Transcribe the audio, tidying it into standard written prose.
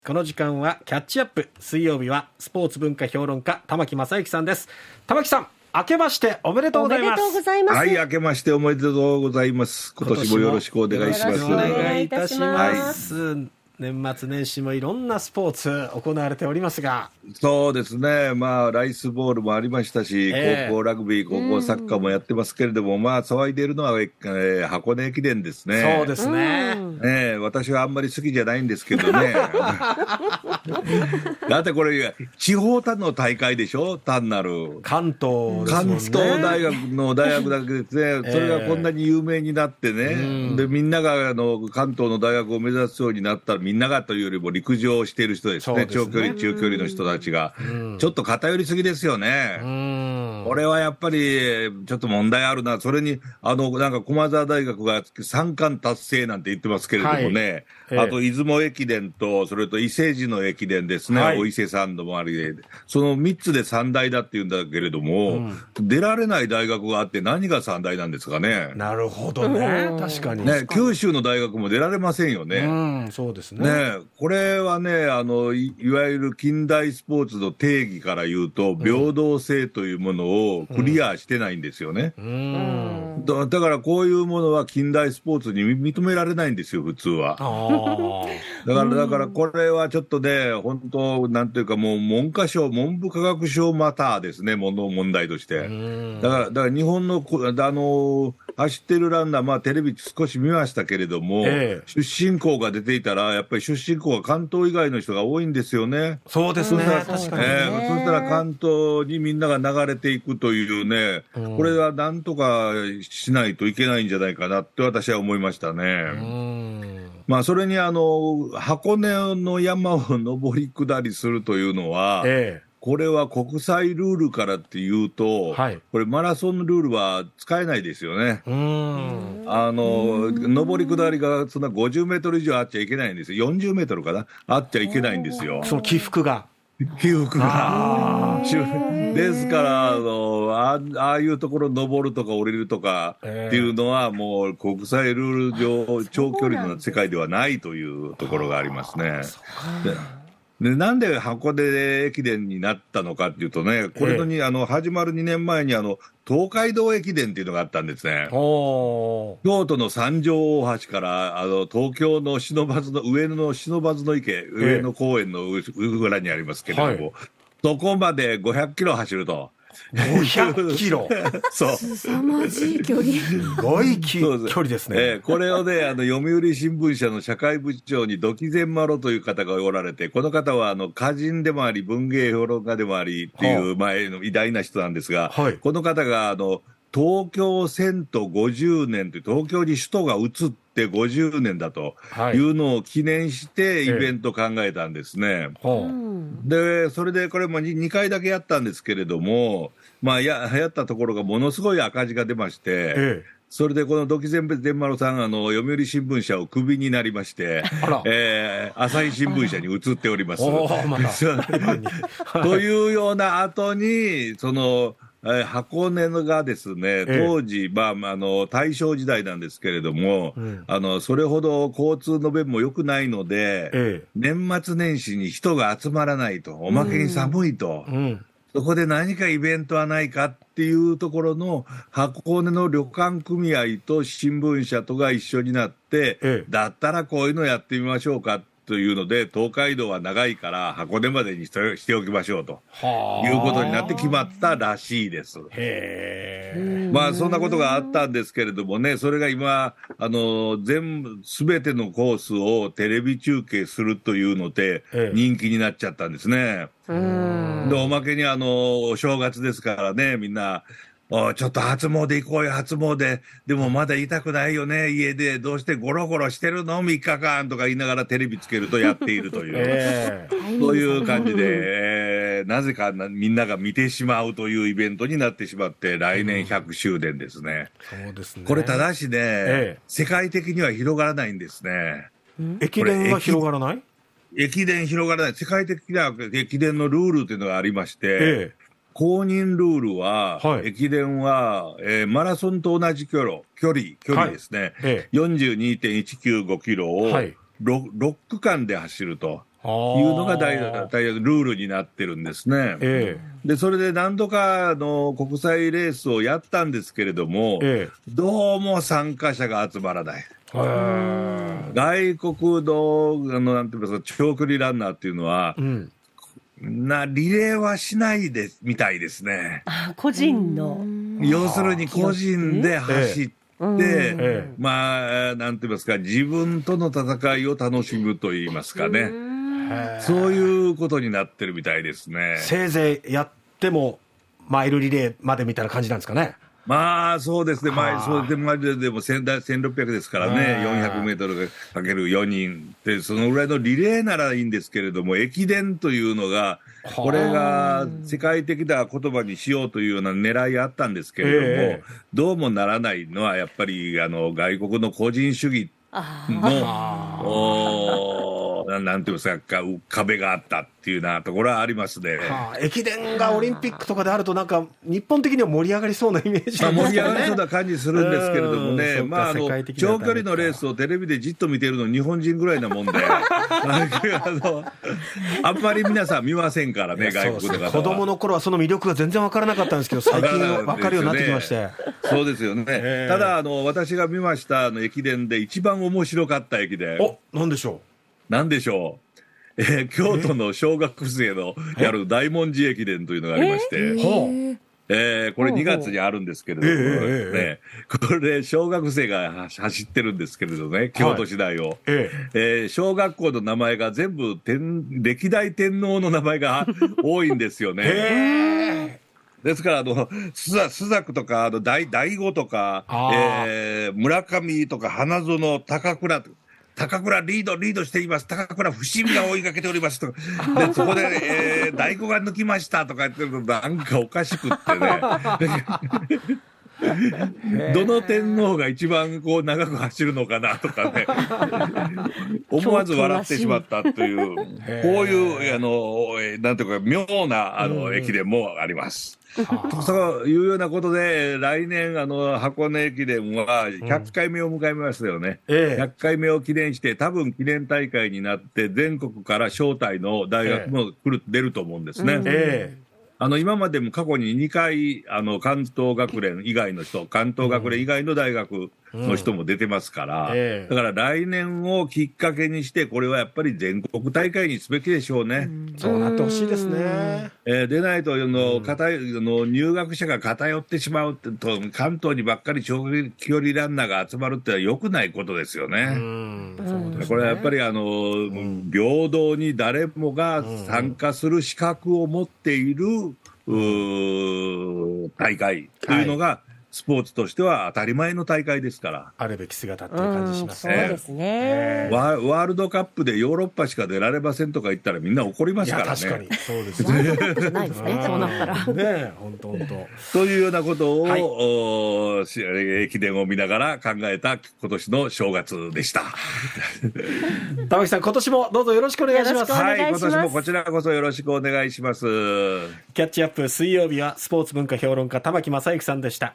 この時間はキャッチアップ。水曜日はスポーツ文化評論家玉木正之さんです。玉木さん、明けましておめでとうございます。 はい、明けましておめでとうございます。今年もよろしくお願いします。 お願いいたします、はい。年末年始もいろんなスポーツ行われておりますが、 そうですね、ライスボールもありましたし、高校ラグビー、高校サッカーもやってますけれども、騒いでいるのは、箱根駅伝ですね。 そうですね、 私はあんまり好きじゃないんですけどねだってこれ地方の大会でしょ、単なる関東ですもんね。 関東大学の大学だけですね、それがこんなに有名になってね、でみんなが関東の大学を目指すようになったら、みんながというよりも陸上をしている人ですね、長距離中距離の人たちが、ちょっと偏りすぎですよね。これはやっぱりちょっと問題あるな。それになんか駒澤大学が3冠達成なんて言ってますけれどもね、あと出雲駅伝と、それと伊勢路の駅伝ですね、お伊勢参道もありで、その3つで3大だっていうんだけれども、出られない大学があって何が3大なんですかね。 なるほどね、確かにね、九州の大学も出られませんよね。 そうですね。 これはね、いわゆる近代スポーツの定義から言うと、平等性というものをクリアしてないんですよね。だからこういうものは近代スポーツに認められないんですよ、普通は。だからこれはちょっとね、本当なんていうか、もう文部科学省マターですね、問題として。だから日本の走ってるランナー、テレビ少し見ましたけれども、出身校が出ていたら、やっぱり出身校が関東以外の人が多いんですよね。 そうですね、確かに。 そしたら関東にみんなが流れていくというね、これはなんとかしないといけないんじゃないかなって私は思いましたね。それに箱根の山を登り下りするというのは、これは国際ルールからっていうと、これマラソンのルールは使えないですよね。上り下りがそんな50メートル以上あっちゃいけないんですよ。40メートルかな、あっちゃいけないんですよ。 その起伏がですからああいうところ登るとか降りるとかっていうのは、もう国際ルール上長距離の世界ではないというところがありますね。でなんで箱根駅伝になったのかっていうとね、これに始まる2年前に東海道駅伝っていうのがあったんですね。京都の三条大橋から東京の上野の不忍池、上野公園の裏にありますけれども、そこまで500キロ走ると。 500キロそう。 凄まじい距離。 すごい距離ですね。 これをね、読売新聞社の社会部長に土岐善丸という方がおられて、この方は歌人でもあり、文芸評論家でもありっていう前の偉大な人なんですが、この方が東京遷都50年という、東京に首都が移って50年だというのを記念してイベントを考えたんですね。で、それでこれも2回だけやったんですけれども、やったところがものすごい赤字が出まして、それでこの土岐善丸さん、読売新聞社をクビになりまして、朝日新聞社に移っております。というような後に、箱根がですね、当時、大正時代なんですけれども、それほど交通の便も良くないので、年末年始に人が集まらないと、おまけに寒いと、そこで何かイベントはないかっていうところの、箱根の旅館組合と新聞社とが一緒になって、だったらこういうのやってみましょうかというので、東海道は長いから箱根までにしておきましょうということになって決まったらしいです。そんなことがあったんですけれどもね、それが今全てのコースをテレビ中継するというので人気になっちゃったんですね。でおまけにお正月ですからね、みんなちょっと初詣行こうよ、初詣。でもまだ痛くないよね、家で。どうしてゴロゴロしてるの ?3 日間とか言いながらテレビつけるとやっているという。そういう感じで、なぜかみんなが見てしまうというイベントになってしまって、来年100周年ですね。 そうですね。 これただしね、世界的には広がらないんですね。 駅伝は広がらない？ 駅伝広がらない。世界的な駅伝のルールというのがありまして、公認ルールは、駅伝は、マラソンと同じ距離ですね、42.195 キロを 6区間で走ると。 いうのが大ルールになってるんですね。でそれで何度か国際レースをやったんですけれども、どうも参加者が集まらない。外国のなんていうんですか、長距離ランナーっていうのは、リレーはしないでみたいですね。 個人の要するに個人で走って、なんて言いますか、自分との戦いを楽しむと言いますかね、そういうことになってるみたいですね。 せいぜいやってもマイルリレーまでみたいな感じなんですかね。 そうですね、そうでも1600ですからね、400メートルかける4人で、そのぐらいのリレーならいいんですけれども、駅伝というのが、これが世界的な言葉にしようというような狙いあったんですけれども、どうもならないのは、やっぱり外国の個人主義のなんていうんですか、壁があったっていうようなところはありますね。 駅伝がオリンピックとかであると、なんか日本的には盛り上がりそうなイメージなんです盛り上がりそうな感じするんですけれどもね、長距離のレースをテレビでじっと見てるの日本人ぐらいなもんであんまり皆さん見ませんからね、外国の方は。 子供の頃はその魅力が全然分からなかったんですけど、最近分かるようになってきまして。 そうですよね。ただ私が見ました駅伝で一番面白かった駅伝、 何でしょう、京都の小学生のやる大文字駅伝というのがありまして、これ2月にあるんですけれども、これ小学生が走ってるんですけれどね、京都市内を、小学校の名前が全部歴代天皇の名前が多いんですよね。ですから朱雀とか醍醐とか、村上とか花園、高倉リードしています、高倉伏見が追いかけておりますとかで、そこで、醍醐が抜きましたとか言ってると、なんかおかしくってねどの天皇が一番長く走るのかなとかね思わず笑ってしまったという、こういうなんていうか妙な駅伝もあります。そういうようなことで、来年箱根駅伝は100回目を迎えますよね。100回目を記念して、多分記念大会になって、全国から招待の大学も出ると思うんですね。今までも過去に2回関東学連以外の大学の人も出てますから、だから来年をきっかけにして、これはやっぱり全国大会にすべきでしょうね。 そうなってほしいですね。 でないと入学者が偏ってしまうと、関東にばっかり長距離ランナーが集まるってのは良くないことですよね。これはやっぱり平等に誰もが参加する資格を持っている大会というのが、スポーツとしては当たり前の大会ですから、 あるべき姿っていう感じしますね。 そうですね。 ワールドカップでヨーロッパしか出られませんとか言ったらみんな怒りますからね。 確かにそうですね。 ワールドカップじゃないですね、そうなったらね、本当というようなことを、駅伝を見ながら考えた今年の正月でした。 玉木さん、今年もどうぞよろしくお願いします。 はい、今年もこちらこそよろしくお願いします。 キャッチアップ水曜日はスポーツ文化評論家玉木正之さんでした。